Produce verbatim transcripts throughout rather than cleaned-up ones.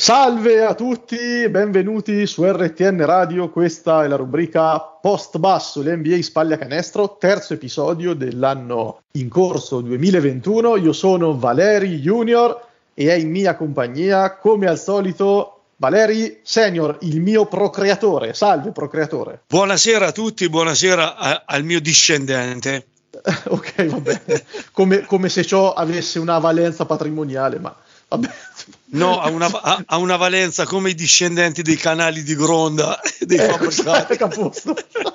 Salve a tutti, benvenuti su R T N Radio, questa è la rubrica Post Basso, l'N B A Spaglia Canestro, terzo episodio dell'anno in corso duemilaventuno. Io sono Valeri Junior e è in mia compagnia, come al solito, Valeri Senior, il mio procreatore. Salve procreatore. Buonasera a tutti, buonasera a, al mio discendente. Ok, va bene, come, come se ciò avesse una valenza patrimoniale, ma vabbè. No, ha una, ha, ha una valenza come i discendenti dei canali di Gronda e dei ecco, fabbricati. Caposto.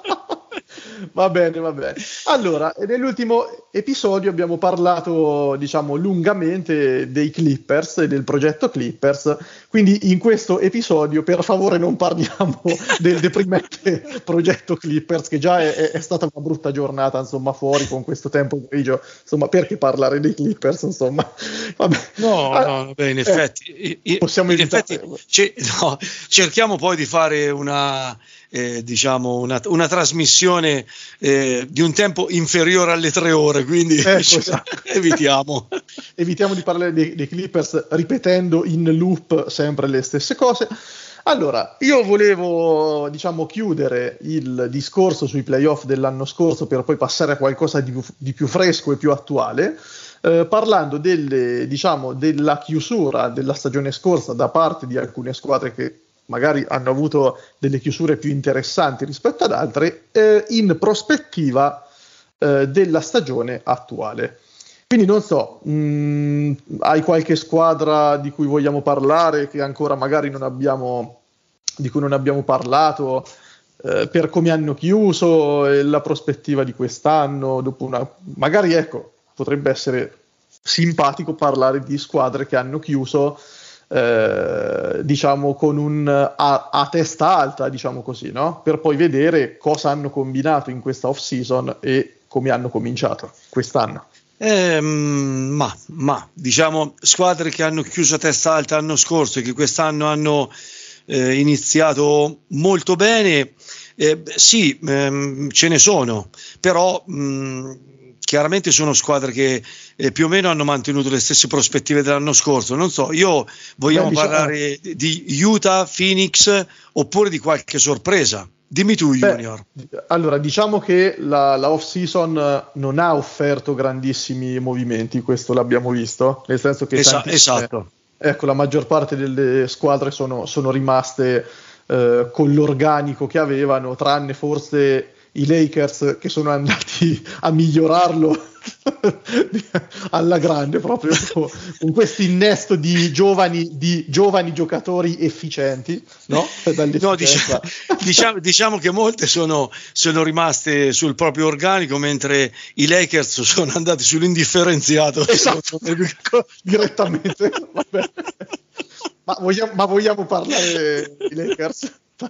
Va bene, va bene. Allora, nell'ultimo episodio abbiamo parlato, diciamo, lungamente dei Clippers e del progetto Clippers, quindi in questo episodio, per favore, non parliamo del deprimente progetto Clippers, che già è, è stata una brutta giornata, insomma, fuori con questo tempo grigio, insomma, perché parlare dei Clippers, insomma. Vabbè. No, ah, no, vabbè, in effetti, eh, possiamo in evitare. effetti c- no, cerchiamo poi di fare una... Eh, diciamo una, una trasmissione eh, di un tempo inferiore alle tre ore, quindi ecco, esatto. evitiamo evitiamo di parlare dei, dei Clippers ripetendo in loop sempre le stesse cose. Allora, io volevo, diciamo, chiudere il discorso sui playoff dell'anno scorso per poi passare a qualcosa di, di più fresco e più attuale, eh, parlando delle, diciamo, della chiusura della stagione scorsa da parte di alcune squadre che magari hanno avuto delle chiusure più interessanti rispetto ad altre, eh, in prospettiva eh, della stagione attuale. Quindi non so, mh, hai qualche squadra di cui vogliamo parlare, che ancora magari non abbiamo, di cui non abbiamo parlato, eh, per come hanno chiuso e la prospettiva di quest'anno, dopo una, magari ecco, potrebbe essere simpatico parlare di squadre che hanno chiuso Eh, diciamo con un a, a testa alta, diciamo così, no? Per poi vedere cosa hanno combinato in questa off season e come hanno cominciato quest'anno. Eh, ma, ma diciamo squadre che hanno chiuso a testa alta l'anno scorso e che quest'anno hanno eh, iniziato molto bene, eh, sì, ehm, ce ne sono, però mh, chiaramente sono squadre che eh, più o meno hanno mantenuto le stesse prospettive dell'anno scorso. Non so, io vogliamo Beh, diciamo... parlare di Utah, Phoenix oppure di qualche sorpresa? Dimmi tu, Junior. Beh, allora, diciamo che la, la off-season non ha offerto grandissimi movimenti, questo l'abbiamo visto, nel senso che Esa- esatto. Ecco, la maggior parte delle squadre sono, sono rimaste eh, con l'organico che avevano, tranne forse i Lakers che sono andati a migliorarlo alla grande, proprio con questo innesto di giovani, di giovani giocatori efficienti, no? No, diciamo, diciamo, diciamo che molte sono, sono rimaste sul proprio organico, mentre i Lakers sono andati sull'indifferenziato. Esatto, direttamente. Vabbè. Ma, vogliamo, ma vogliamo parlare di Lakers?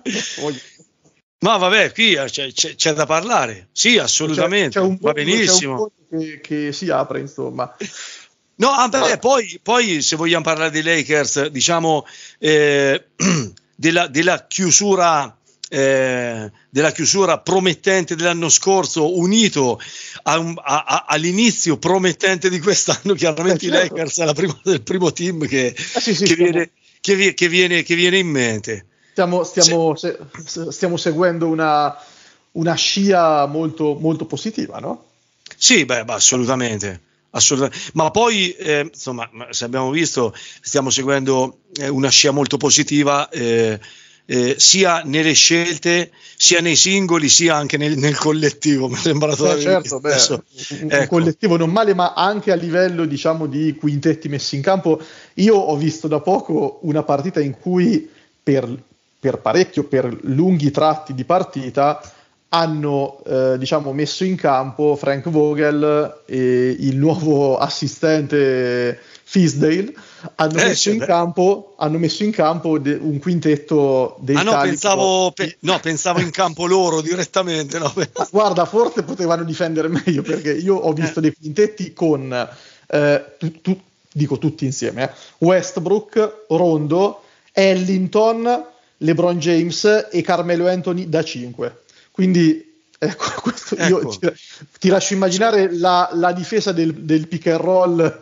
Ma vabbè, qui c'è, c'è, c'è da parlare, sì, assolutamente, c'è, c'è un va benissimo. C'è un che, che si apre, insomma. No, ah, beh, poi, poi se vogliamo parlare dei Lakers, diciamo eh, della, della chiusura eh, della chiusura promettente dell'anno scorso, unito a un, a, a, all'inizio promettente di quest'anno, chiaramente eh, certo. I Lakers è la prima, il primo team che, eh, sì, sì, che, viene, che, che, viene, che viene in mente. Stiamo, stiamo, se, stiamo seguendo una, una scia molto, molto positiva, no? Sì, beh, beh assolutamente, assolutamente. Ma poi, eh, insomma, se abbiamo visto, stiamo seguendo eh, una scia molto positiva eh, eh, sia nelle scelte, sia nei singoli, sia anche nel, nel collettivo. Mi è sembrato eh, certo, beh, un, ecco. un collettivo non male, ma anche a livello, diciamo, di quintetti messi in campo. Io ho visto da poco una partita in cui per per parecchio, per lunghi tratti di partita, hanno eh, diciamo messo in campo Frank Vogel e il nuovo assistente Fisdale, hanno, eh, messo, in campo, hanno messo in campo de- un quintetto dei ah no, pensavo, pe- no, pensavo in campo loro direttamente. No? Guarda, forse potevano difendere meglio, perché io ho visto eh. dei quintetti con, eh, tu- tu- dico tutti insieme, eh, Westbrook, Rondo, Ellington, LeBron James e Carmelo Anthony da cinque. Quindi ecco, questo ecco. Io ti, ti lascio immaginare la, la difesa del, del pick and roll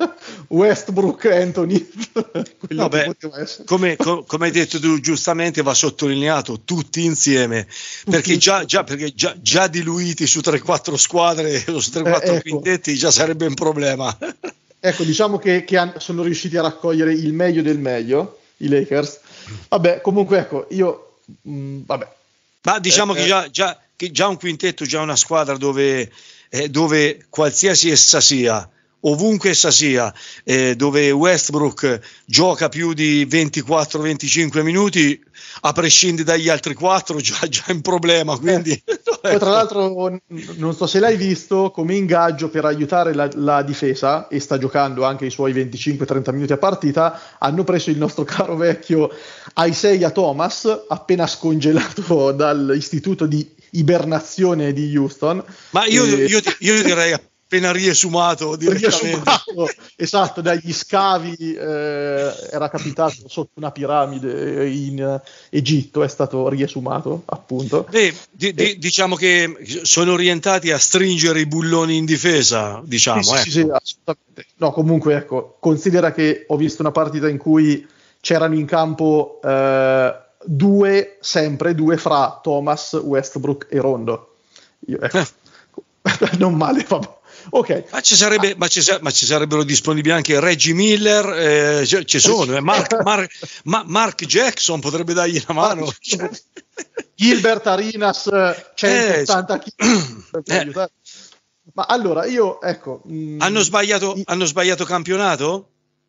Westbrook, Anthony. No, beh, come, com, come hai detto tu giustamente, va sottolineato tutti insieme, perché già, già, perché già, già diluiti su tre quattro squadre o su tre quattro eh, ecco. quintetti già sarebbe un problema. Ecco, diciamo che, che han, sono riusciti a raccogliere il meglio del meglio i Lakers. Vabbè, comunque ecco, io mh, vabbè. Ma diciamo eh, che, già, già, che già un quintetto, già una squadra dove, eh, dove qualsiasi essa sia, ovunque essa sia, eh, dove Westbrook gioca più di ventiquattro venticinque minuti, a prescindere dagli altri quattro, già, già è un problema. Quindi, eh. Poi, tra l'altro, non so se l'hai visto, come ingaggio per aiutare la, la difesa, e sta giocando anche i suoi venticinque trenta minuti a partita, hanno preso il nostro caro vecchio Isaiah Thomas, appena scongelato dall'istituto di ibernazione di Houston. Ma io, e... io, io direi appena riesumato direttamente. Riesumato, esatto, dagli scavi, eh, era capitato sotto una piramide in Egitto, è stato riesumato, appunto. Beh, di, di, diciamo che sono orientati a stringere i bulloni in difesa, diciamo. Sì, ecco. sì, sì, assolutamente. No, comunque, ecco, considera che ho visto una partita in cui c'erano in campo eh, due, sempre due fra Thomas, Westbrook e Rondo. Io, ecco, eh. non male, vabbè. Okay. Ma, ci sarebbe, ma, ci, ma ci sarebbero disponibili anche Reggie Miller, eh, ci, ci sono, eh, Mark, Mark, Ma, Mark Jackson potrebbe dargli una mano. Gilbert Arenas, centottanta eh, chili eh. Ma allora io, ecco. Mh, hanno, sbagliato, i... hanno sbagliato campionato?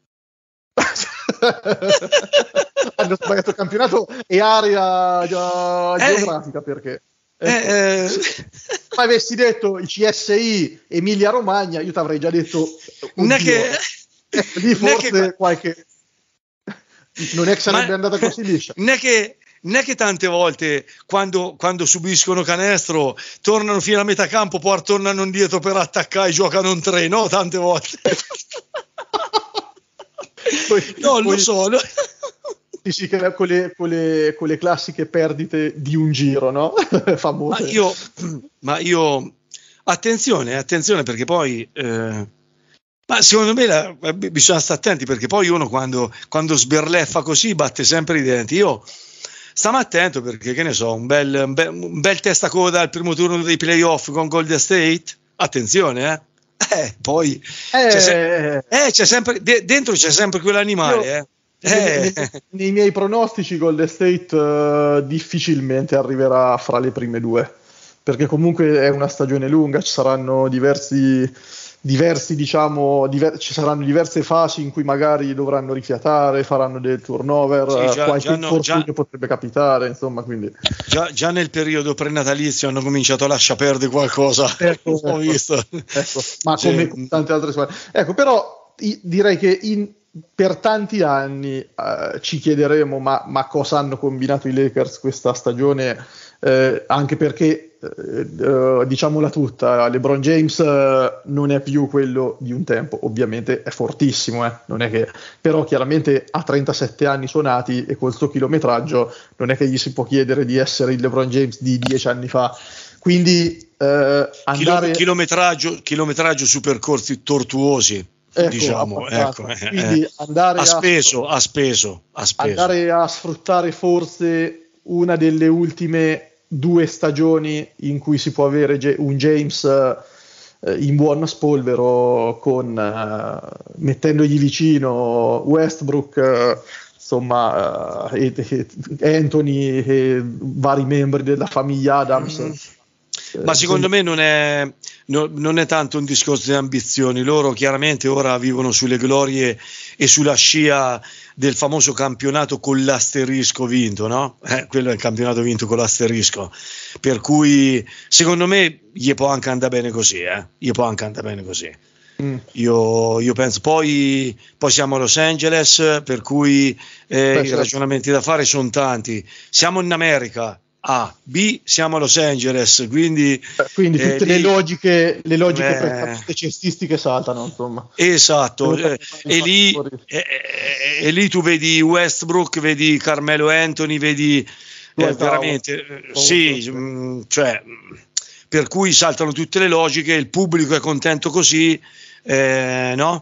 Hanno sbagliato campionato e area uh, eh. geografica, perché? Eh, eh. Se avessi detto i C S I Emilia Romagna, io ti avrei già detto non è che, eh, lì forse che, qualche non è che sarebbe ma, andata così liscia. Non è che, non è che tante volte quando, quando subiscono canestro tornano fino a metà campo, poi tornano indietro per attaccare e giocano un tre, no? Tante volte. poi, no, poi, lo so. No? Sì, sì, che con le, con, le, con le classiche perdite di un giro, no? Famose. Ma io, ma io attenzione, attenzione, perché poi eh, ma secondo me la, bisogna stare attenti, perché poi uno quando, quando sberleffa così batte sempre i denti. Io stiamo attento, perché che ne so, un bel, un bel, un bel testacoda al primo turno dei playoff con Golden State, attenzione, eh, eh poi eh, c'è, se- eh, c'è sempre de- dentro c'è sempre quell'animale, io- eh. Nei, nei, nei miei pronostici Golden State uh, difficilmente arriverà fra le prime due, perché comunque è una stagione lunga, ci saranno diversi, diversi diciamo, diver- ci saranno diverse fasi in cui magari dovranno rifiatare, faranno del turnover, sì, già, qualche infortunio potrebbe capitare, insomma, quindi già, già nel periodo prenatalizio hanno cominciato a lasciare perdere qualcosa, ecco, ho visto. Ecco, ma come sì. Tante altre squadre. Ecco, però i, direi che in per tanti anni eh, ci chiederemo ma, ma cosa hanno combinato i Lakers questa stagione, eh, anche perché eh, eh, diciamola tutta, LeBron James eh, non è più quello di un tempo, ovviamente è fortissimo, eh, non è che, però chiaramente ha trentasette anni suonati e col suo chilometraggio non è che gli si può chiedere di essere il LeBron James di dieci anni fa, quindi eh, andare... chilometraggio, chilometraggio su percorsi tortuosi. Ecco, diciamo, ecco, quindi eh, andare ha speso, a, ha speso, ha speso. Andare a sfruttare forse una delle ultime due stagioni in cui si può avere un James eh, in buon spolvero, con eh, mettendogli vicino Westbrook, eh, insomma, eh, e, e Anthony e vari membri della famiglia Adams. Mm. Ma secondo me non è, no, non è tanto un discorso di ambizioni, loro chiaramente ora vivono sulle glorie e sulla scia del famoso campionato con l'asterisco vinto, no? Eh, quello è il campionato vinto con l'asterisco, per cui secondo me gli può anche andare bene così, eh? Gli può anche andare bene così. Mm. Io, io penso, poi, poi siamo a Los Angeles, per cui eh, i ragionamenti da fare sono tanti, siamo in America. A, B, siamo a Los Angeles, quindi quindi tutte eh, le lì, logiche le logiche eh, prettamente cestistiche saltano, insomma. Esatto, eh, e, lì, e, e lì tu vedi Westbrook, vedi Carmelo Anthony, vedi eh, veramente oh, sì, oh, mh, cioè, per cui saltano tutte le logiche, il pubblico è contento così, eh, no?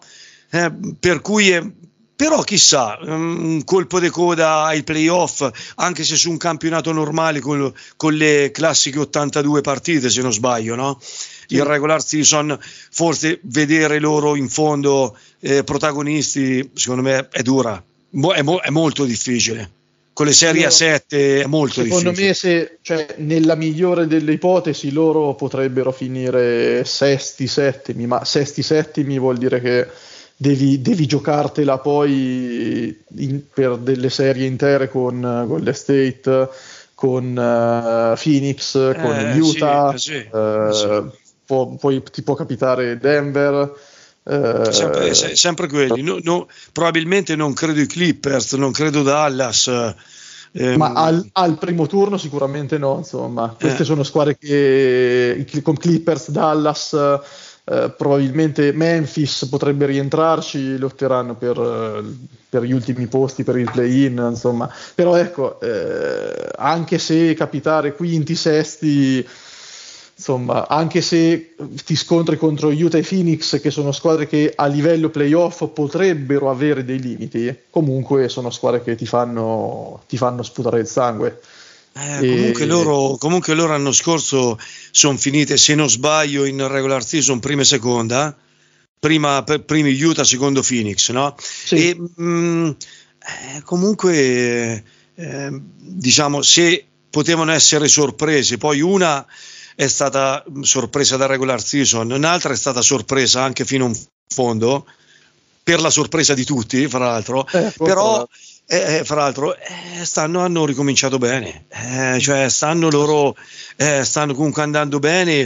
eh, per cui è, però chissà, un colpo di coda ai playoff, anche se su un campionato normale con, con le classiche ottantadue partite, se non sbaglio, no? Sì. Il regular season, forse vedere loro in fondo eh, protagonisti, secondo me è dura, Mo- è, mo- è molto difficile. Con le serie a sette è molto secondo difficile. Secondo me, se, cioè, nella migliore delle ipotesi, loro potrebbero finire sesti, settimi, ma sesti, settimi vuol dire che devi, devi giocartela poi in, per delle serie intere con Golden State, con uh, Phoenix, Eh, con Utah, sì, eh, sì, uh, sì. Può, poi ti può capitare Denver. Uh, sempre, sempre quelli. No, no, probabilmente non credo i Clippers, non credo Dallas. Ehm, ma al, al primo turno sicuramente no, insomma. Queste eh. sono squadre che con Clippers, Dallas, eh, probabilmente Memphis potrebbe rientrarci, lotteranno per, per gli ultimi posti, per il play-in, insomma. Però ecco, eh, anche se capitare quinti, sesti, insomma, anche se ti scontri contro Utah e Phoenix, che sono squadre che a livello playoff potrebbero avere dei limiti, comunque sono squadre che ti fanno, ti fanno sputare il sangue. Eh, e... comunque, loro, comunque loro l'anno scorso sono finite, se non sbaglio, in regular season prima e seconda, prima, primi Utah, secondo Phoenix, no? Sì. E mh, eh, comunque eh, diciamo, se potevano essere sorprese, poi una è stata sorpresa da regular season, un'altra è stata sorpresa anche fino in fondo, per la sorpresa di tutti, fra l'altro, eh, però eh, fra l'altro eh, stanno, hanno ricominciato bene, eh, cioè stanno loro eh, stanno comunque andando bene,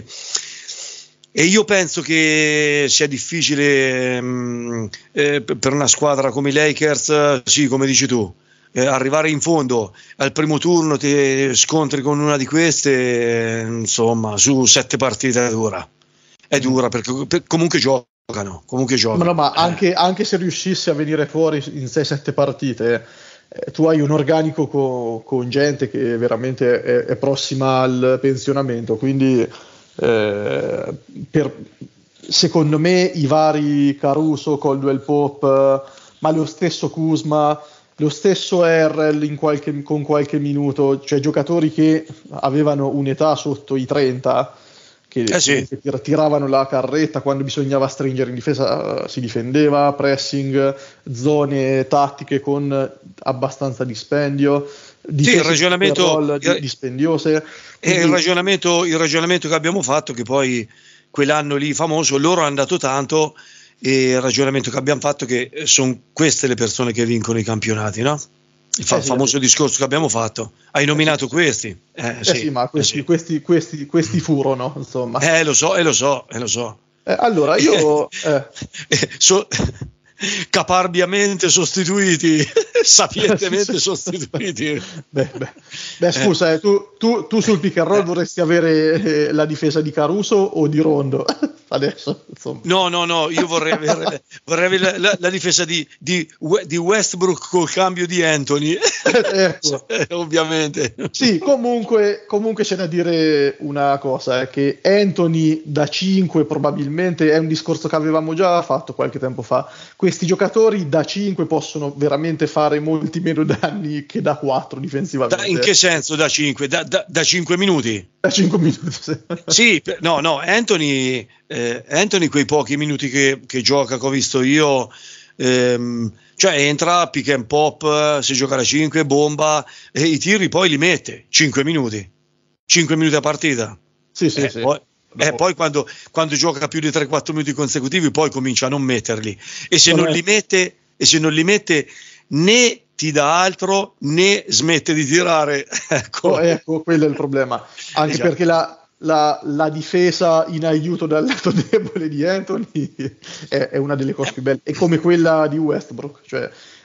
e io penso che sia difficile mh, eh, per una squadra come i Lakers, sì, come dici tu, Eh, arrivare in fondo al primo turno, ti scontri con una di queste, eh, insomma, su sette partite è dura, è dura perché per, comunque giocano, comunque giocano. Ma, no, ma eh. anche, anche se riuscissi a venire fuori in sei sette partite, eh, tu hai un organico co, con gente che veramente è, è prossima al pensionamento, quindi eh, per, secondo me i vari Caruso, Caldwell Pope, ma lo stesso Kuzma, lo stesso Harrell in qualche, con qualche minuto, cioè giocatori che avevano un'età sotto i trenta, che, eh sì. che tiravano la carretta quando bisognava stringere in difesa, si difendeva, pressing, zone tattiche con abbastanza dispendio, sì, il ragionamento roll, il, dispendiose. Quindi... il, ragionamento, il ragionamento che abbiamo fatto, che poi quell'anno lì famoso, loro hanno dato tanto, e il ragionamento che abbiamo fatto è che sono queste le persone che vincono i campionati, no? Il fa- eh sì, famoso sì. discorso che abbiamo fatto. Hai nominato eh sì. questi? Eh, eh sì, sì, ma questi, eh sì. questi, questi, questi furono, insomma. Eh, lo so, eh, lo so, eh, lo so. Eh, allora, io... Eh. so, caparbiamente sostituiti, sapientemente sostituiti. Beh, beh. beh scusa, eh. tu, tu, tu sul pick and roll vorresti avere eh, la difesa di Caruso o di Rondo? Adesso, insomma. No, no, no, io vorrei avere, vorrei avere la, la, la difesa di, di, di Westbrook col cambio di Anthony. Ecco. Cioè, ovviamente. Sì, comunque, comunque c'è da dire una cosa, è che Anthony da cinque probabilmente è un discorso che avevamo già fatto qualche tempo fa. Questi giocatori da cinque possono veramente fare molti meno danni che da quattro difensivamente. Da, in che senso da cinque? Da, da, da cinque minuti? Da cinque minuti, sì. Sì, no, no, Anthony, eh, Anthony quei pochi minuti che, che gioca, che ho visto io, ehm, cioè entra, pick and pop, si gioca da cinque, bomba, e i tiri poi li mette, cinque minuti, cinque minuti a partita. Sì, sì, eh, sì. Poi, e eh, poi quando, quando gioca più di tre quattro minuti consecutivi poi comincia a non metterli, e se non, non li mette e se non li mette né ti dà altro né smette di tirare. Ecco, oh, ecco quello è il problema, anche esatto. Perché la, la, la difesa in aiuto dal lato debole di Anthony è, è una delle cose più belle, è come quella di Westbrook, cioè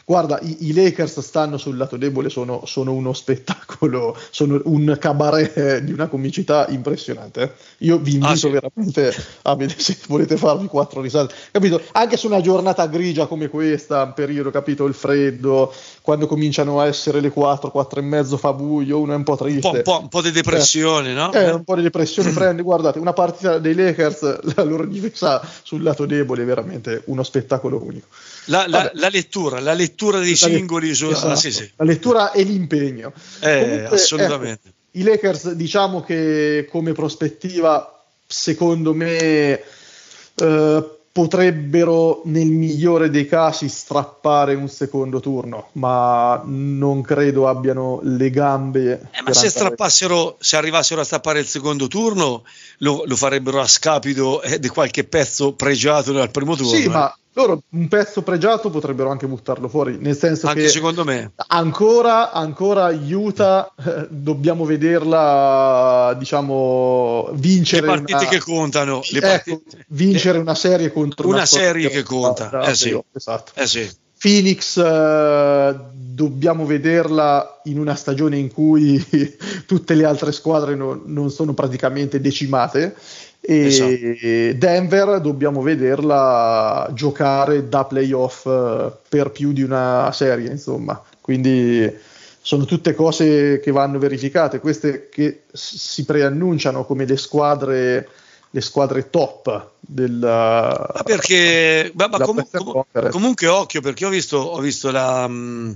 Guarda, i, i Lakers stanno sul lato debole, sono, sono uno spettacolo, sono un cabaret di una comicità impressionante. Io vi invito ah, sì. veramente a vedere, se volete farvi quattro risate, capito? Anche su una giornata grigia come questa, un periodo, capito, il freddo, quando cominciano a essere le quattro, quattro e mezzo fa buio, uno è un po' triste. Un po', un po', un po' di depressione, eh, no? Eh, un po' di depressione prende, guardate, una partita dei Lakers, la loro difesa sul lato debole è veramente uno spettacolo unico. La, la, la lettura, la lettura dei la singoli, su, esatto. ah, sì, sì. La lettura e l'impegno. Eh, Comunque, assolutamente. Ecco, i Lakers, diciamo che come prospettiva, secondo me, eh, potrebbero nel migliore dei casi strappare un secondo turno, ma non credo abbiano le gambe. Eh, ma se strappassero, se arrivassero a strappare il secondo turno, lo, lo farebbero a scapito eh, di qualche pezzo pregiato dal primo turno. Sì, eh. ma loro un pezzo pregiato potrebbero anche buttarlo fuori, nel senso anche che secondo me ancora, ancora Utah eh, dobbiamo vederla, diciamo, vincere le partite una, che contano, le ecco, partite, vincere una serie contro una, una serie che conta, da, da, eh, sì. Esatto. Eh sì. Phoenix eh, dobbiamo vederla in una stagione in cui tutte le altre squadre no, non sono praticamente decimate. E esatto. Denver dobbiamo vederla giocare da playoff per più di una serie, insomma, quindi sono tutte cose che vanno verificate, queste che si preannunciano come le squadre le squadre top del ma perché ma, ma com- com- comunque occhio, perché ho visto ho visto la mh,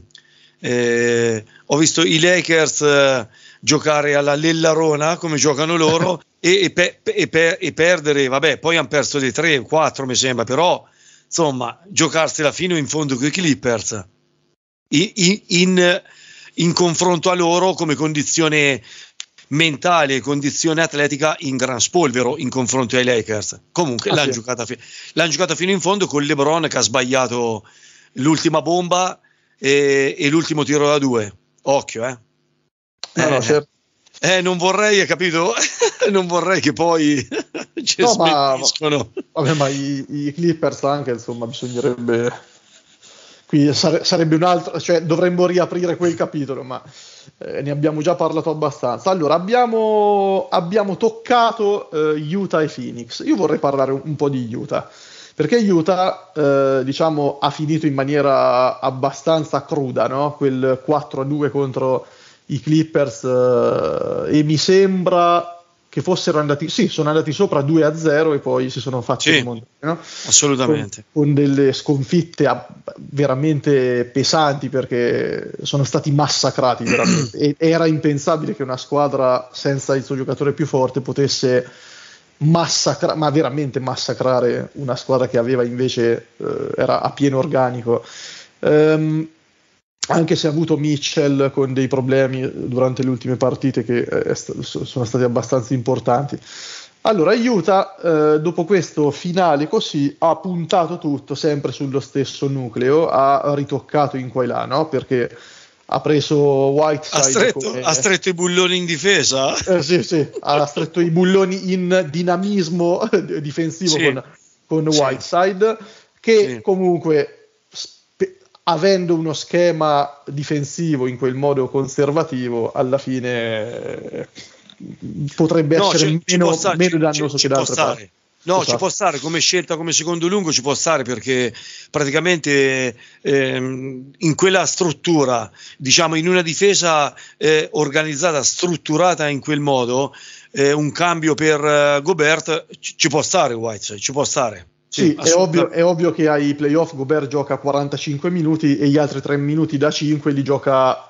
eh, ho visto i Lakers eh, giocare alla Lellarona come giocano loro e, e, pe- e, pe- e perdere, vabbè, poi hanno perso dei tre o quattro mi sembra, però insomma giocarsela fino in fondo con i Clippers in, in, in, in confronto a loro come condizione mentale e condizione atletica in gran spolvero in confronto ai Lakers. Comunque ah, l'hanno, sì. giocata fi- l'hanno giocata fino in fondo con LeBron che ha sbagliato l'ultima bomba e, e l'ultimo tiro da due. Occhio, eh. No, eh, no, certo. eh non vorrei, hai capito? non vorrei che poi ci no, smentiscono. Ma, vabbè, ma i, i Clippers anche, insomma, bisognerebbe qui sare- sarebbe un altro, cioè dovremmo riaprire quel capitolo, ma Eh, ne abbiamo già parlato abbastanza. Allora, abbiamo, abbiamo toccato eh, Utah e Phoenix. Io vorrei parlare un, un po' di Utah, perché Utah, eh, diciamo, ha finito in maniera abbastanza cruda, no? Quel quattro a due contro i Clippers, eh, e mi sembra che fossero andati, sì, sono andati sopra due a zero e poi si sono fatti sì, rimontare, no? Assolutamente. Con, con delle sconfitte a, veramente pesanti, perché sono stati massacrati veramente. E era impensabile che una squadra senza il suo giocatore più forte potesse massacrare, ma veramente massacrare una squadra che aveva invece eh, era a pieno organico. Um, anche se ha avuto Mitchell con dei problemi durante le ultime partite che eh, st- sono stati abbastanza importanti. Allora, Utah, eh, dopo questo finale così, ha puntato tutto sempre sullo stesso nucleo, ha ritoccato in qua e là, no? Perché ha preso Whiteside. Ha stretto, come... ha stretto i bulloni in difesa? Eh, sì, sì, ha stretto i bulloni in dinamismo difensivo sì. con, con sì. Whiteside, che sì. comunque... avendo uno schema difensivo in quel modo conservativo, alla fine eh, potrebbe no, essere ci, meno, ci stare, meno dannoso ci, che da altre parti. No, esatto. Ci può stare come scelta, come secondo lungo ci può stare, perché praticamente ehm, in quella struttura, diciamo in una difesa eh, organizzata, strutturata in quel modo, eh, un cambio per uh, Gobert ci, ci può stare, Whiteside, ci può stare. Sì, è ovvio, è ovvio che ai playoff Gobert gioca quarantacinque minuti e gli altri tre minuti da cinque li gioca,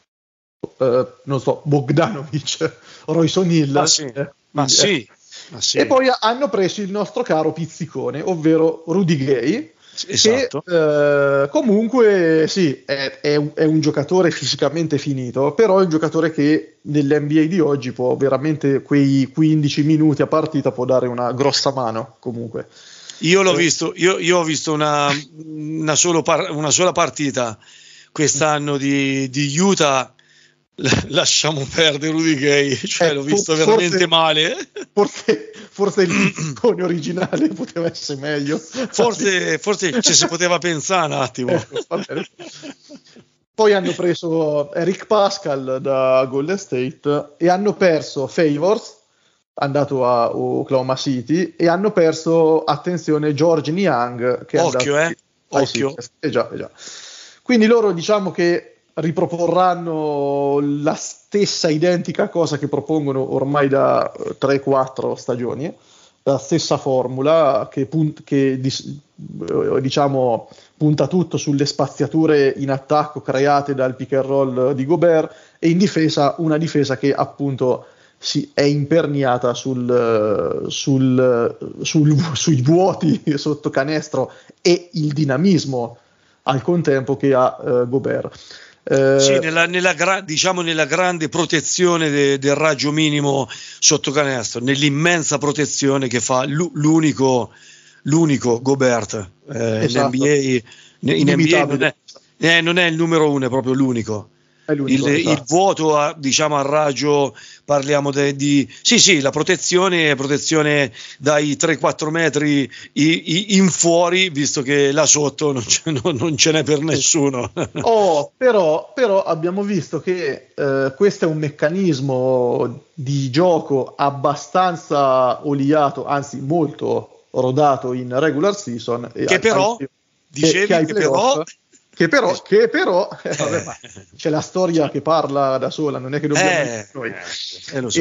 eh, non so, Bogdanovic, Royce O'Neal. Ma sì, eh, ma, quindi, sì eh. ma sì. E poi hanno preso il nostro caro pizzicone, ovvero Rudy Gay, esatto. che eh, comunque sì, è, è, un, è un giocatore fisicamente finito, però è un giocatore che nell'N B A di oggi può veramente, quei quindici minuti a partita, può dare una grossa mano comunque. Io l'ho visto, io, io ho visto una, una, solo par, una sola partita quest'anno di, di Utah lasciamo perdere Rudy Gay, cioè eh, l'ho visto forse, veramente male. Forse, forse il piccone originale poteva essere meglio. Forse, forse ci si poteva pensare un attimo. Eh, Poi hanno preso Eric Pascal da Golden State e hanno perso Favors, andato a Oklahoma City, e hanno perso, attenzione, George Niang, che è occhio, andato eh? Occhio. Eh già, eh già. Quindi loro diciamo che riproporranno la stessa identica cosa che propongono ormai da tre quattro stagioni, la stessa formula che, punt- che diciamo punta tutto sulle spaziature in attacco create dal pick and roll di Gobert, e in difesa una difesa che appunto si è imperniata sul, sul, sul, sui vuoti sotto canestro e il dinamismo al contempo che ha uh, Gobert. Eh, sì, nella, nella gra- diciamo nella grande protezione de- del raggio minimo sotto canestro, nell'immensa protezione che fa l- l'unico, l'unico Gobert eh, esatto. in N B A, in N B A non, è, eh, non è il numero uno, è proprio l'unico. Il, esatto. il vuoto a, diciamo a raggio, parliamo de, di sì sì la protezione protezione dai tre quattro metri i, i, in fuori, visto che là sotto non, non, non ce n'è per nessuno. Oh, però, però abbiamo visto che eh, questo è un meccanismo di gioco abbastanza oliato, anzi molto rodato in regular season, e che ai, però ai, dicevi che, che però Che però, che però eh, vabbè, ma c'è la storia che parla da sola, non è che dobbiamo eh, noi. Eh, lo so.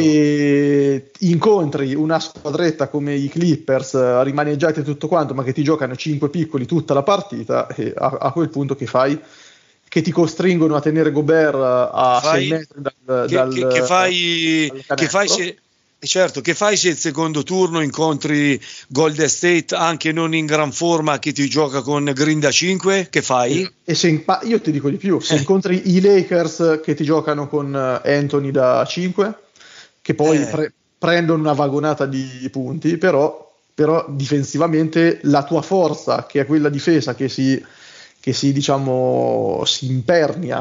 E incontri una squadretta come i Clippers, rimaneggiati e tutto quanto, ma che ti giocano cinque piccoli tutta la partita, e a, a quel punto che fai? Che ti costringono a tenere Gobert a sei metri dal, che, dal, che, che fai, dal che fai se certo, che fai se il secondo turno incontri Golden State anche non in gran forma, che ti gioca con Green da cinque? Che fai? E se impa- io ti dico di più, se eh. incontri i Lakers che ti giocano con Anthony da cinque, che poi eh. pre- prendono una vagonata di punti, però, però difensivamente la tua forza, che è quella difesa che si, che si diciamo si impernia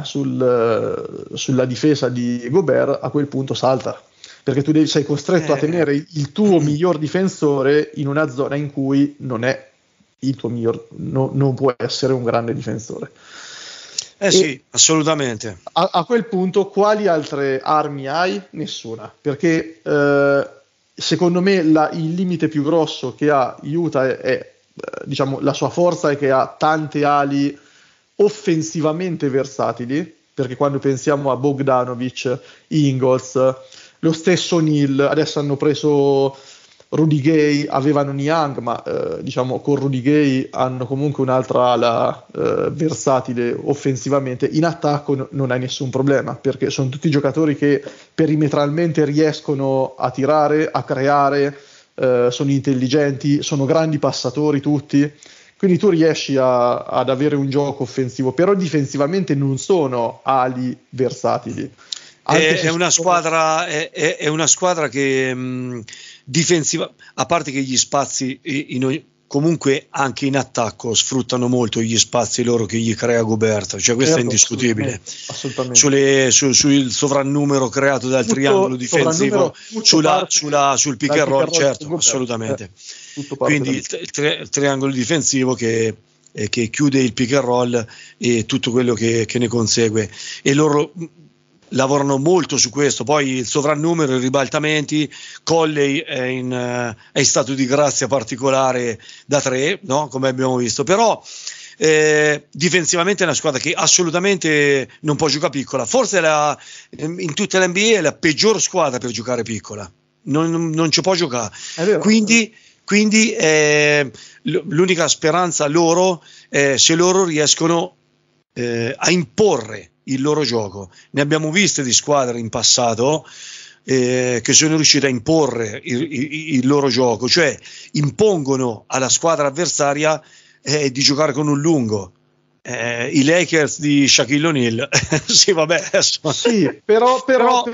sul, sulla difesa di Gobert, a quel punto salta. Perché tu devi, sei costretto eh. a tenere il tuo miglior difensore in una zona in cui non è il tuo miglior, no, non può essere un grande difensore. Eh e sì, assolutamente. A, a quel punto quali altre armi hai? Nessuna, perché eh, secondo me la, il limite più grosso che ha Utah è, è diciamo la sua forza è che ha tante ali offensivamente versatili, perché quando pensiamo a Bogdanovic, Ingles, lo stesso Neal, adesso hanno preso Rudy Gay, avevano Niang, ma eh, diciamo con Rudy Gay hanno comunque un'altra ala eh, versatile offensivamente. In attacco no, non hai nessun problema, perché sono tutti giocatori che perimetralmente riescono a tirare, a creare, eh, sono intelligenti, sono grandi passatori tutti, quindi tu riesci a, ad avere un gioco offensivo, però difensivamente non sono ali versatili. È, è, una squadra, è, è una squadra che mh, difensiva, a parte che gli spazi in, comunque anche in attacco sfruttano molto gli spazi loro che gli crea Gobert, cioè questo certo, è indiscutibile. Assolutamente, assolutamente. Sulle, su, sul sovrannumero creato dal tutto triangolo difensivo, sulla, sulla, sul pick and roll, certo, Gobert, assolutamente. Eh, Quindi il, il, tri- il triangolo difensivo che, eh, che chiude il pick and roll e tutto quello che, che ne consegue, e loro lavorano molto su questo. Poi il sovrannumero, i ribaltamenti, Colley è in, uh, è in stato di grazia particolare da tre, no? Come abbiamo visto, però eh, difensivamente è una squadra che assolutamente non può giocare piccola, forse la, in tutta l'N B A è la peggior squadra per giocare piccola, non, non ci può giocare, quindi, quindi eh, l'unica speranza loro è se loro riescono eh, a imporre il loro gioco. Ne abbiamo viste di squadre in passato eh, che sono riuscite a imporre il, il, il loro gioco, cioè impongono alla squadra avversaria eh, di giocare con un lungo. Eh, i Lakers di Shaquille O'Neal sì vabbè adesso. Sì, però, però, però, però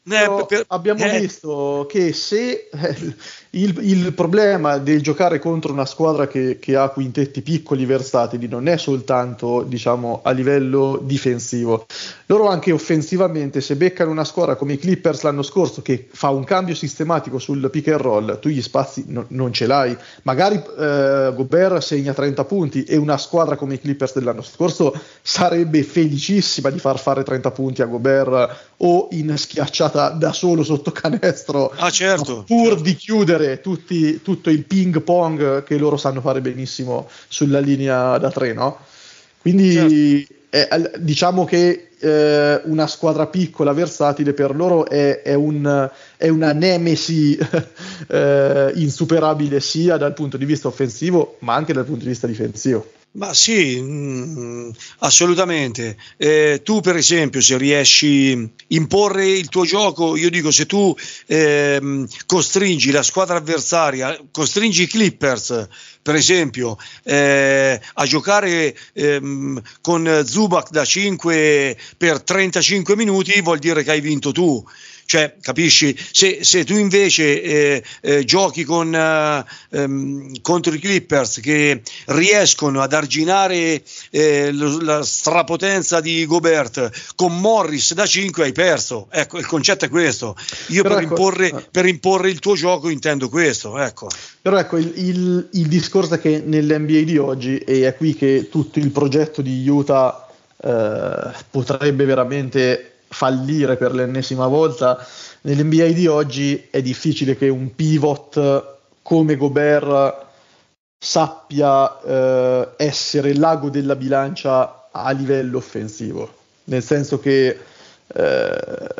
eh, per, abbiamo eh. visto che se eh, il, il problema del giocare contro una squadra che, che ha quintetti piccoli versatili non è soltanto, diciamo, a livello difensivo. Loro anche offensivamente, se beccano una squadra come i Clippers l'anno scorso che fa un cambio sistematico sul pick and roll, tu gli spazi no, non ce l'hai. Magari eh, Gobert segna trenta punti e una squadra come i Clippers dell'anno scorso sarebbe felicissima di far fare trenta punti a Gobert o in schiacciata da solo sotto canestro, ah, certo, pur certo. di chiudere tutti, tutto il ping pong che loro sanno fare benissimo sulla linea da tre, no? Quindi certo. eh, diciamo che eh, una squadra piccola versatile per loro è, è, un, è una nemesi eh, insuperabile sia dal punto di vista offensivo ma anche dal punto di vista difensivo. Ma sì, mh, assolutamente. Eh, tu per esempio se riesci a imporre il tuo gioco, io dico se tu eh, costringi la squadra avversaria, costringi i Clippers per esempio eh, a giocare ehm, con Zubac da cinque per trentacinque minuti, vuol dire che hai vinto tu. Cioè, capisci? Se, se tu invece eh, eh, giochi con, eh, ehm, contro i Clippers che riescono ad arginare eh, lo, la strapotenza di Gobert con Morris da cinque, hai perso. Ecco, il concetto è questo. Io per, ecco, imporre, per imporre il tuo gioco intendo questo. Ecco. Però ecco, il, il, il discorso è che nell'N B A di oggi, e è qui che tutto il progetto di Utah eh, potrebbe veramente fallire per l'ennesima volta, nell'N B A di oggi è difficile che un pivot come Gobert sappia eh, essere l'ago della bilancia a livello offensivo, nel senso che eh,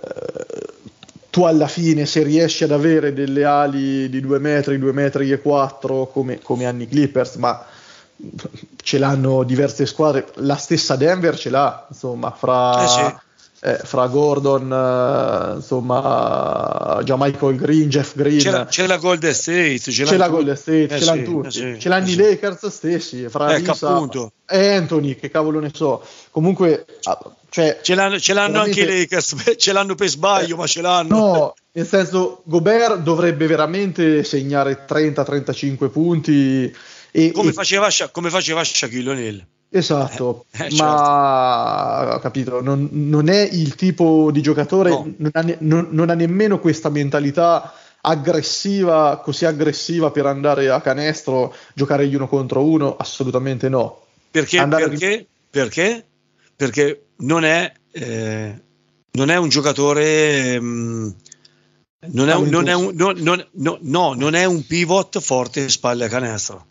tu alla fine se riesci ad avere delle ali di due metri, due metri e quattro come, come hanno i Clippers, ma ce l'hanno diverse squadre, la stessa Denver ce l'ha, insomma, fra... Eh sì. Eh, fra Gordon, uh, insomma, Jamichael Green, Jeff Green, c'è la, c'è la Golden State, c'è, c'è la Golden State, eh ce l'hanno sì, tutti, eh sì, ce l'hanno eh i sì. Lakers stessi, fra ecco, Lisa, appunto. Anthony, che cavolo ne so, comunque, cioè, ce l'hanno, ce l'hanno anche i Lakers, ce l'hanno per sbaglio, eh, ma ce l'hanno. No, nel senso, Gobert dovrebbe veramente segnare trenta trentacinque punti. E, come, e... Faceva, come faceva Shaquille O'Neal. Esatto, eh, eh, certo. Ma ho capito, non, non è il tipo di giocatore, no. non, ha ne, non, non ha nemmeno questa mentalità aggressiva, così aggressiva per andare a canestro, giocare gli uno contro uno, assolutamente no. Perché? Andare Perché? Di... Perché? Perché non è, eh, non è un giocatore... Mh, non è un, non è un, no, non, no, no, non è un pivot forte spalle a canestro.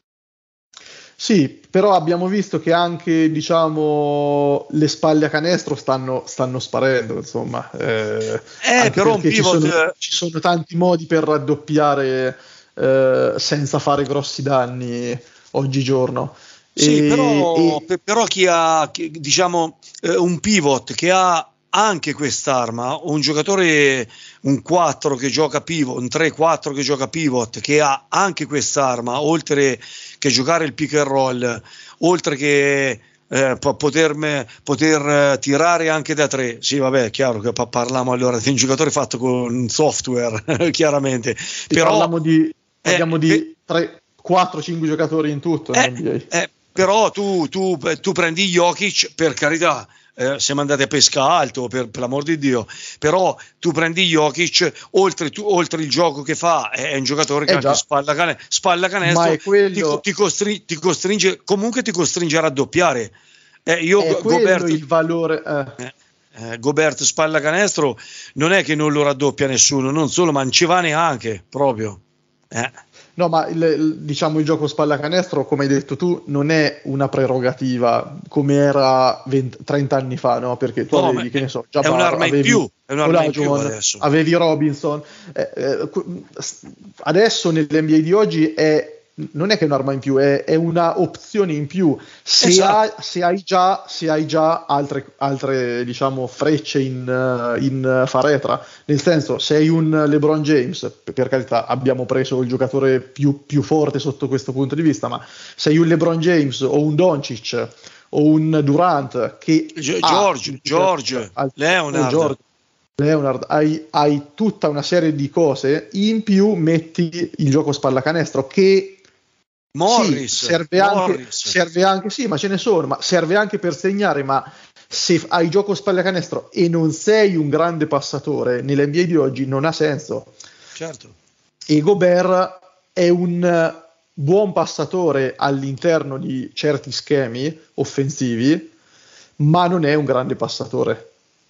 Sì, però abbiamo visto che anche, diciamo, le spalle a canestro stanno, stanno sparendo, insomma. Eh, eh però un pivot... Ci sono, ci sono tanti modi per raddoppiare eh, senza fare grossi danni oggigiorno. Sì, e, però, e... però chi ha, diciamo, eh, un pivot che ha anche quest'arma, o un giocatore, un quattro che gioca pivot, un tre quattro che gioca pivot, che ha anche quest'arma, oltre che giocare il pick and roll, oltre che eh, poter, poter tirare anche da tre. Sì, vabbè, è chiaro che parliamo allora di un giocatore fatto con software, chiaramente. Sì, però parliamo di, parliamo eh, di tre, quattro, cinque giocatori in tutto. Eh, N B A. Eh, però tu, tu, tu prendi Jokic, per carità, eh, siamo andati a pesca alto, per, per l'amor di Dio, però tu prendi Jokic, oltre, tu, oltre il gioco che fa, è un giocatore che eh anche spalla, cane, spalla canestro, quello... ti, ti, costri, ti costringe, comunque ti costringe a raddoppiare. Eh, io, è quello Gobert, il valore... Eh. Eh, eh, Gobert spalla canestro, non è che non lo raddoppia nessuno, non solo, ma non ci va neanche, proprio. Eh. No, ma il, il, diciamo il gioco spallacanestro, come hai detto tu, non è una prerogativa come era venti, trenta anni fa, no? Perché tu no, avevi, che ne so, già è un'arma avevi, in più, è un'arma in più adesso. Avevi Robinson. Eh, eh, adesso nell'N B A di oggi è non è che è un'arma in più, è, è una opzione in più. Se, esatto. hai, se hai già, se hai già altre, altre diciamo, frecce in, in faretra, nel senso, se hai un LeBron James, per carità, abbiamo preso il giocatore più, più forte sotto questo punto di vista, ma se hai un LeBron James o un Doncic o un Durant che George, ha, George, al, Leonard. George, Leonard, hai, hai tutta una serie di cose, in più metti il gioco spallacanestro che Morris, sì, serve, Morris. Anche, serve anche, sì, ma ce ne sono, ma serve anche per segnare, ma se hai gioco spallacanestro e non sei un grande passatore, nell'N B A di oggi non ha senso. Certo. E Gobert è un buon passatore all'interno di certi schemi offensivi, ma non è un grande passatore.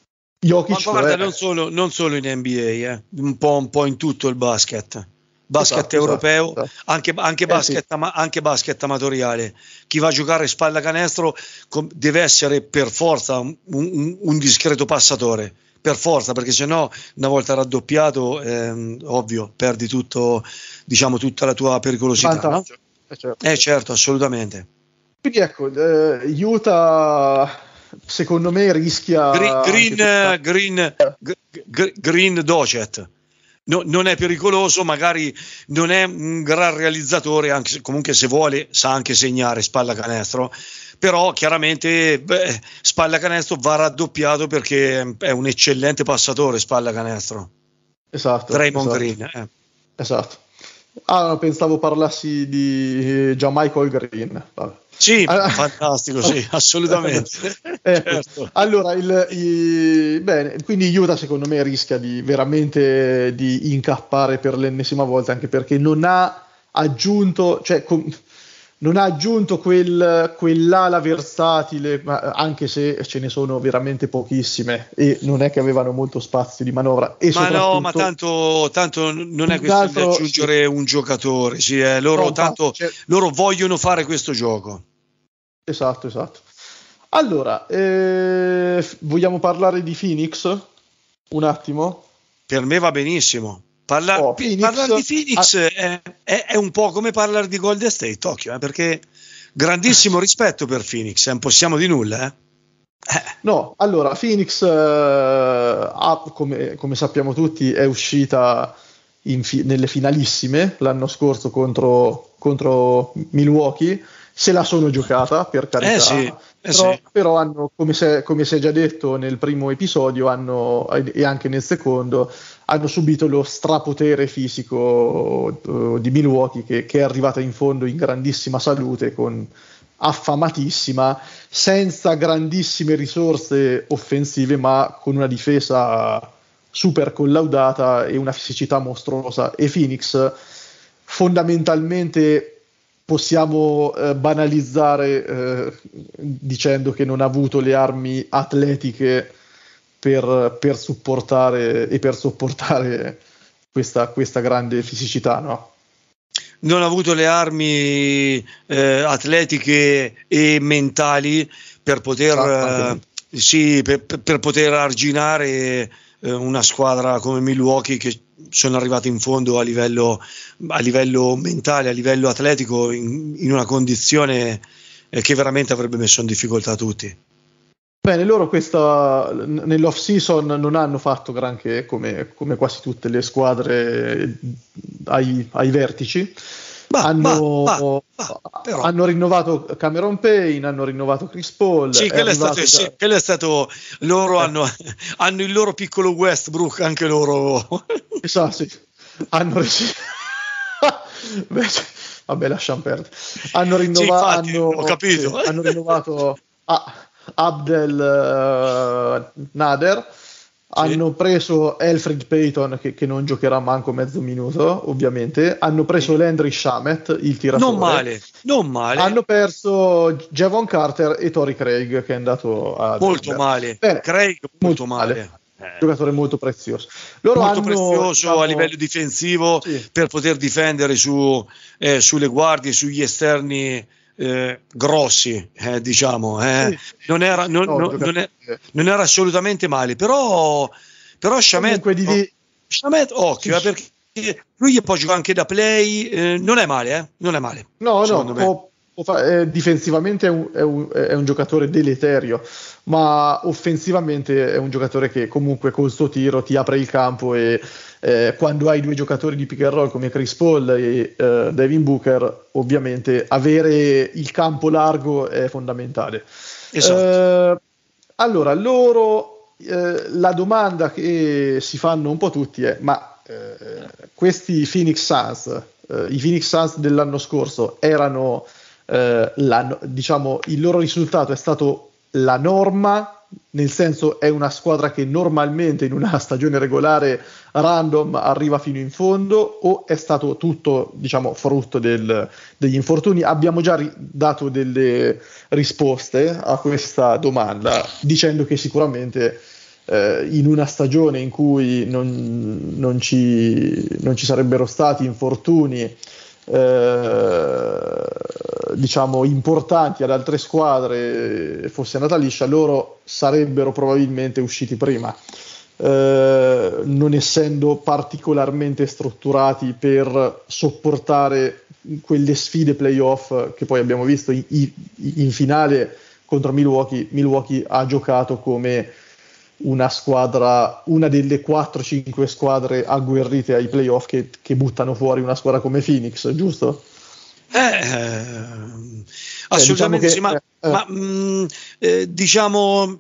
Jokic Ma guarda, è... non solo, non solo in N B A, eh, un, po', un po' in tutto il basket. Basket esatto, europeo, esatto, esatto. Anche, anche, Eh, basket, sì. ma, anche basket amatoriale. Chi va a giocare spallacanestro com- deve essere per forza un, un, un discreto passatore, per forza, perché sennò una volta raddoppiato, ehm, ovvio, perdi tutto, diciamo, tutta la tua pericolosità. No? Eh, certo. Eh certo, assolutamente. Quindi ecco, eh, Utah secondo me rischia Green, questa... green, green, green Docet. No, non è pericoloso, magari non è un gran realizzatore, anche se, comunque se vuole sa anche segnare spalla canestro, però chiaramente beh, spalla canestro va raddoppiato perché è un eccellente passatore spalla canestro. Esatto. Draymond esatto. Green. Eh. Esatto. Ah, no, pensavo parlassi di Jamichael Green. Vabbè. Sì, ah, fantastico, sì, assolutamente. ecco. Certo. Allora, il, il, bene, quindi Utah secondo me rischia di veramente di incappare per l'ennesima volta, anche perché non ha aggiunto, cioè com, non ha aggiunto quel, quell'ala versatile, ma anche se ce ne sono veramente pochissime e non è che avevano molto spazio di manovra. E ma no, ma soprattutto, tanto, tanto non è questione altro, di aggiungere sì. un giocatore, sì, eh, loro, no, tanto, cioè, loro vogliono fare questo gioco. Esatto, esatto. Allora, eh, vogliamo parlare di Phoenix? Un attimo. Per me va benissimo. Parla, Oh, Phoenix, parlare di Phoenix ah, è, è, è un po' come parlare di Golden State, Tokyo, eh, perché grandissimo rispetto per Phoenix, non possiamo di nulla. Eh. Eh. No, allora, Phoenix, eh, ha, come, come sappiamo tutti, è uscita in fi- nelle finalissime l'anno scorso contro, contro Milwaukee. Se la sono giocata, per carità, eh sì, eh però, sì. però hanno, come si come è già detto nel primo episodio hanno, e anche nel secondo, hanno subito lo strapotere fisico uh, di Milwaukee che, che è arrivata in fondo in grandissima salute, con affamatissima, senza grandissime risorse offensive, ma con una difesa super collaudata e una fisicità mostruosa. E Phoenix fondamentalmente possiamo eh, banalizzare eh, dicendo che non ha avuto le armi atletiche per, per supportare e per sopportare questa, questa grande fisicità, no? Non ha avuto le armi eh, atletiche e mentali per poter, eh, sì, per, per poter arginare eh, una squadra come Milwaukee, che sono arrivati in fondo a livello, a livello mentale, a livello atletico, in, in una condizione eh, che veramente avrebbe messo in difficoltà tutti. Bene, loro questa nell'off season non hanno fatto granché, come, come quasi tutte le squadre ai, ai vertici. Bah, hanno, bah, bah, bah, però. hanno rinnovato Cameron Payne, hanno rinnovato Chris Paul. Sì, è quello è, stato, da... sì, quello è stato loro eh. hanno, hanno il loro piccolo Westbrook, anche loro. Esatto, sì. Hanno resi... Beh, vabbè, lasciamo perdere. Hanno rinnovato, sì, hanno, ho capito. sì, hanno rinnovato ah, Abdel uh, Nader. Sì. Hanno preso Elfrid Payton che, che non giocherà manco mezzo minuto, ovviamente. Hanno preso sì. Landry Shamet, il tiratore. Non male, non male. Hanno perso Javon Carter e Torrey Craig, che è andato a molto Denver. male. Bene, Craig molto, molto male. male. Eh. Giocatore molto prezioso. Loro molto hanno, prezioso diciamo, a livello difensivo, sì. per poter difendere su, eh, sulle guardie, sugli esterni. Eh, grossi, eh, diciamo, eh. Sì. non, era, non, no, non, non, è, non era assolutamente male, però, però Shamet, di... oh, Shamet occhio, sì. eh, perché lui può giocare anche da play, eh, non è male, eh, non è male. No, no, può, può fare, eh, difensivamente è un, è, un, è un giocatore deleterio, ma offensivamente è un giocatore che comunque col suo tiro ti apre il campo e Eh, quando hai due giocatori di pick and roll come Chris Paul e eh, Devin Booker, ovviamente avere il campo largo è fondamentale. Esatto. Eh, allora, loro eh, la domanda che si fanno un po' tutti è: ma eh, questi Phoenix Suns, eh, i Phoenix Suns dell'anno scorso erano, eh, la, diciamo, il loro risultato è stato la norma, nel senso è una squadra che normalmente in una stagione regolare random arriva fino in fondo, o è stato tutto, diciamo, frutto del, degli infortuni? Abbiamo già ri- dato delle risposte a questa domanda dicendo che sicuramente eh, in una stagione in cui non, non, ci, non ci sarebbero stati infortuni Eh, diciamo importanti ad altre squadre, fosse andata liscia, loro sarebbero probabilmente usciti prima, eh, non essendo particolarmente strutturati per sopportare quelle sfide playoff che poi abbiamo visto in, in finale contro Milwaukee. Milwaukee ha giocato come una squadra, una delle quattro cinque squadre agguerrite ai playoff che, che buttano fuori una squadra come Phoenix, giusto? Eh, assolutamente eh, sì, ma, diciamo che, eh, ma mh, eh, diciamo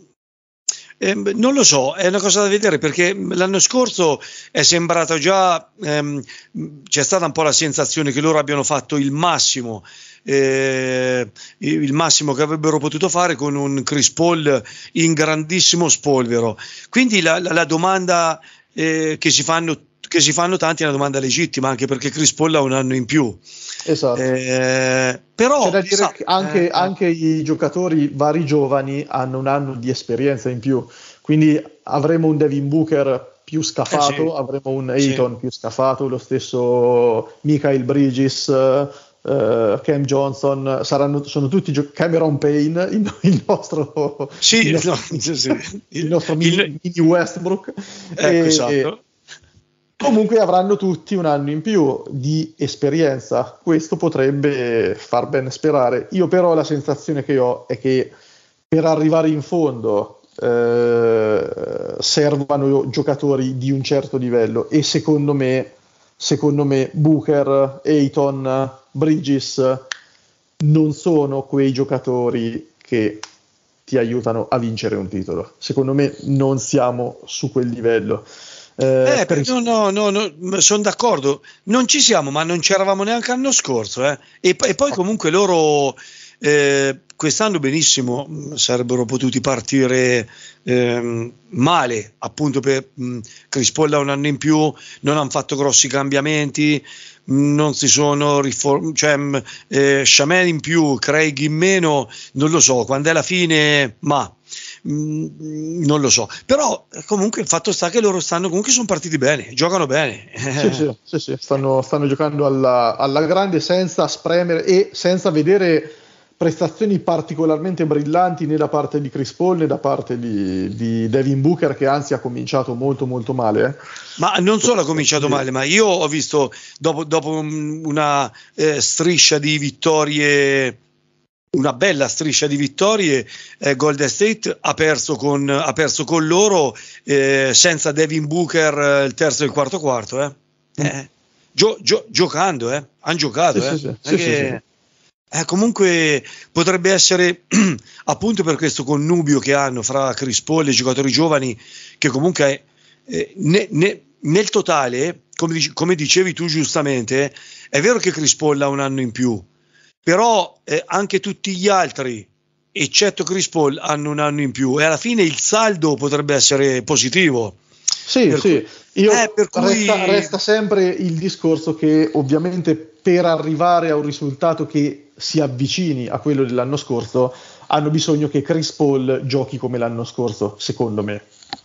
eh, non lo so, è una cosa da vedere, perché l'anno scorso è sembrato già, ehm, c'è stata un po' la sensazione che loro abbiano fatto il massimo, eh, il massimo che avrebbero potuto fare con un Chris Paul in grandissimo spolvero. Quindi la, la, la domanda eh, che si fanno che si fanno tanti è una domanda legittima, anche perché Chris Paul ha un anno in più. Esatto. Eh, però c'è da dire sa, che anche, eh, anche i giocatori vari giovani hanno un anno di esperienza in più, quindi avremo un Devin Booker più scafato, eh sì, avremo un sì. Ayton più scafato, lo stesso Michael Bridges, uh, Cam Johnson, saranno, sono tutti gio- Cameron Payne, il, il nostro, Sì, il nostro, no, sì. il Il, nostro mini, il, mini Westbrook. ecco, E, esatto. comunque avranno tutti un anno in più di esperienza, questo potrebbe far ben sperare. Io però la sensazione che ho è che per arrivare in fondo eh, servano giocatori di un certo livello, e secondo me, secondo me Booker, Ayton, Bridges non sono quei giocatori che ti aiutano a vincere un titolo. Secondo me non siamo su quel livello. Eh, Eh, per... no, no, no, no, sono d'accordo, non ci siamo, ma non c'eravamo neanche l'anno scorso, eh. E, e poi comunque loro eh, quest'anno benissimo mh, sarebbero potuti partire ehm, male, appunto per mh, Chris Paul ha un anno in più, non hanno fatto grossi cambiamenti, mh, non si sono riformati, cioè mh, eh, Shaman in più, Craig in meno, non lo so, quando è la fine, ma non lo so, però comunque il fatto sta che loro stanno, comunque sono partiti bene, giocano bene. Sì, sì, sì, sì. Stanno, stanno giocando alla, alla grande, senza spremere e senza vedere prestazioni particolarmente brillanti né da parte di Chris Paul né da parte di, di Devin Booker, che anzi ha cominciato molto molto male. Eh. Ma non solo ha cominciato male, ma io ho visto dopo, dopo una eh, striscia di vittorie, una bella striscia di vittorie, eh, Golden State ha perso con, ha perso con loro eh, senza Devin Booker eh, il terzo e il quarto quarto, eh. Eh, gio, gio, giocando, eh. hanno giocato, sì, eh. sì, sì, sì, che, sì, sì. Eh, comunque potrebbe essere appunto per questo connubio che hanno fra Chris Paul e i giocatori giovani, che comunque eh, ne, ne, nel totale, come, dice, come dicevi tu giustamente, è vero che Chris Paul ha un anno in più, però eh, anche tutti gli altri, eccetto Chris Paul, hanno un anno in più, e alla fine il saldo potrebbe essere positivo. Sì, per sì. cui, Io, eh, per cui... resta, resta sempre il discorso che ovviamente per arrivare a un risultato che si avvicini a quello dell'anno scorso hanno bisogno che Chris Paul giochi come l'anno scorso, secondo me.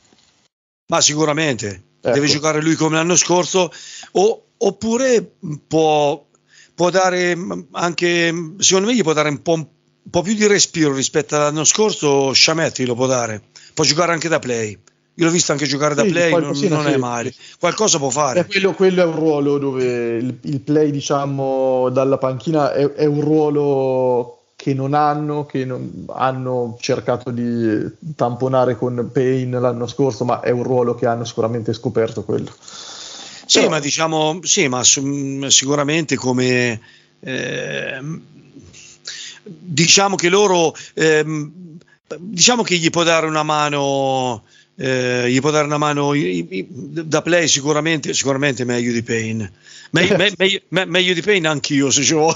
Ma sicuramente, ecco. Deve giocare lui come l'anno scorso, o, oppure può, può dare anche, secondo me gli può dare un po', un po' più di respiro rispetto all'anno scorso. Sciametti lo può dare, può giocare anche da play. Io l'ho visto anche giocare da sì, play, non, non sì, è male, qualcosa può fare. Eh, quello, quello è un ruolo dove il, il play, diciamo, dalla panchina è, è un ruolo che non hanno, che non, hanno cercato di tamponare con Payne l'anno scorso, ma è un ruolo che hanno sicuramente scoperto quello. Sì, Però... ma diciamo, sì, ma sicuramente come eh, diciamo che loro eh, diciamo che gli può dare una mano, eh, gli può dare una mano i, i, da play sicuramente, sicuramente meglio di Payne, Me, me, meglio, me, meglio di Payne anch'io se ci vuole.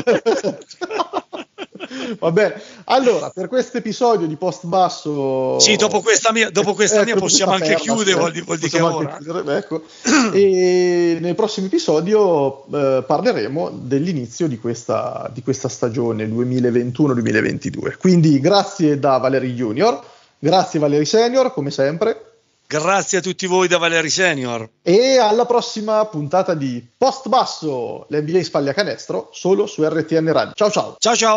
Vabbè, allora per questo episodio di Post Basso, sì, dopo questa mia, dopo questa ecco, mia possiamo anche ferma, chiudere, vuol dire, vuol dire che ora. Chiudere, ecco. E nel prossimo episodio eh, parleremo dell'inizio di questa, di questa stagione duemilaventuno duemilaventidue. Quindi grazie da Valeri Junior, grazie Valeri Senior, come sempre. Grazie a tutti voi da Valeri Senior. E alla prossima puntata di Post Basso, l'N B A spaglia canestro, solo su R T N Radio. Ciao ciao. Ciao ciao.